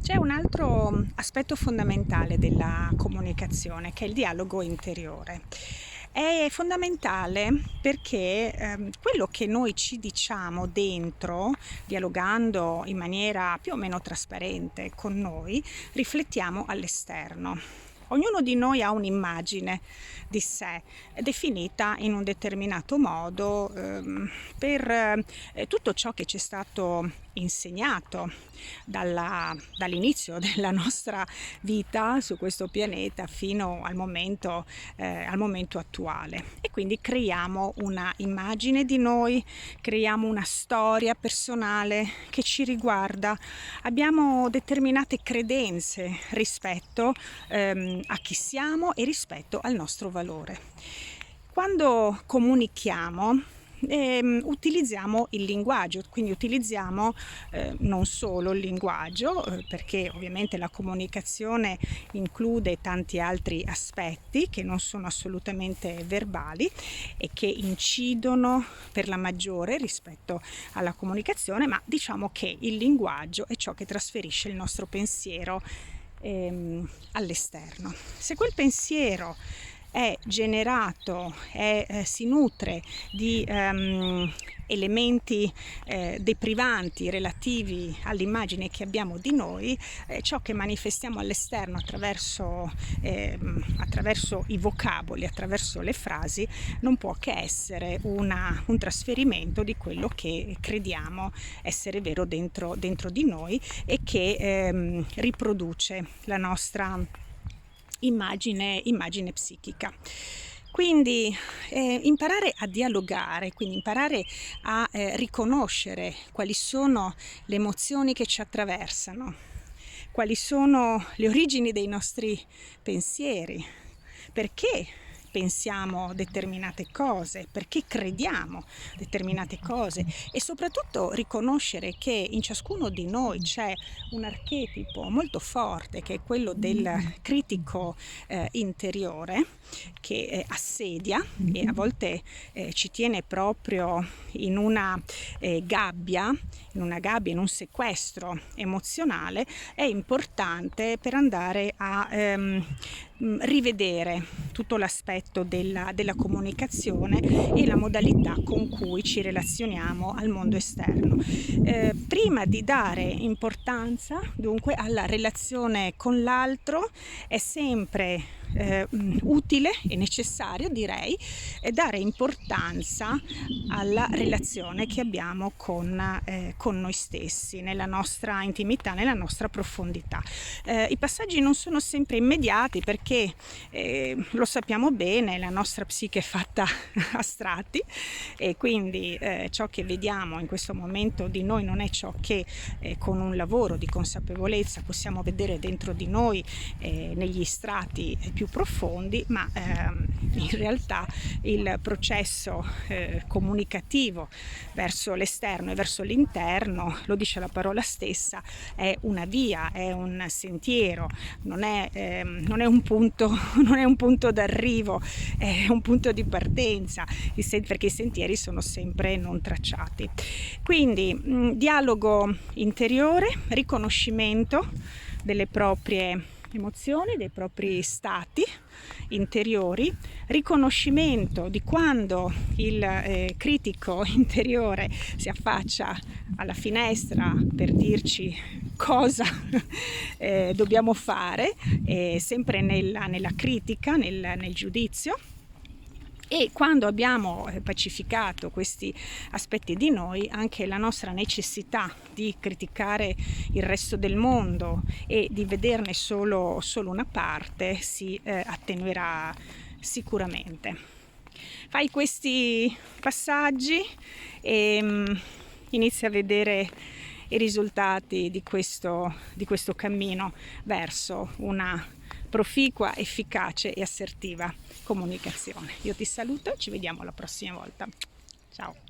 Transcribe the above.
C'è un altro aspetto fondamentale della comunicazione, che è il dialogo interiore. È fondamentale perché quello che noi ci diciamo dentro, dialogando in maniera più o meno trasparente con noi, riflettiamo all'esterno. Ognuno di noi ha un'immagine di sé definita in un determinato modo per tutto ciò che ci è stato insegnato dall'inizio della nostra vita su questo pianeta fino al momento attuale. E quindi creiamo una immagine di noi, creiamo una storia personale che ci riguarda, abbiamo determinate credenze rispetto a chi siamo e rispetto al nostro valore. Quando comunichiamo utilizziamo il linguaggio, quindi utilizziamo non solo il linguaggio, perché ovviamente la comunicazione include tanti altri aspetti che non sono assolutamente verbali e che incidono per la maggiore rispetto alla comunicazione, ma diciamo che il linguaggio è ciò che trasferisce il nostro pensiero all'esterno. Se quel pensiero è generato, si nutre di elementi deprivanti relativi all'immagine che abbiamo di noi, ciò che manifestiamo all'esterno attraverso i vocaboli, attraverso le frasi, non può che essere un trasferimento di quello che crediamo essere vero dentro di noi e che riproduce la nostra immagine psichica. Quindi imparare a dialogare, quindi imparare a riconoscere quali sono le emozioni che ci attraversano, quali sono le origini dei nostri pensieri, perché pensiamo determinate cose, perché crediamo determinate cose e soprattutto riconoscere che in ciascuno di noi c'è un archetipo molto forte che è quello del critico interiore che assedia e a volte ci tiene proprio in una gabbia, in un sequestro emozionale. È importante per andare a rivedere tutto l'aspetto della comunicazione e la modalità con cui ci relazioniamo al mondo esterno. Prima di dare importanza dunque alla relazione con l'altro è sempre utile e necessario, direi, dare importanza alla relazione che abbiamo con noi stessi, nella nostra intimità, nella nostra profondità. I passaggi non sono sempre immediati perché lo sappiamo bene, la nostra psiche è fatta a strati e quindi ciò che vediamo in questo momento di noi non è ciò che con un lavoro di consapevolezza possiamo vedere dentro di noi negli strati più profondi, ma in realtà il processo comunicativo verso l'esterno e verso l'interno, lo dice la parola stessa, è una via, è un sentiero, non è un punto d'arrivo, è un punto di partenza, perché i sentieri sono sempre non tracciati. Quindi dialogo interiore, riconoscimento delle proprie emozioni, dei propri stati interiori, riconoscimento di quando il critico interiore si affaccia alla finestra per dirci cosa dobbiamo fare, sempre nella critica, nel giudizio. E quando abbiamo pacificato questi aspetti di noi, anche la nostra necessità di criticare il resto del mondo e di vederne solo una parte si attenuerà sicuramente. Fai questi passaggi e inizi a vedere i risultati di questo cammino verso una proficua, efficace e assertiva comunicazione. Io ti saluto e ci vediamo la prossima volta. Ciao!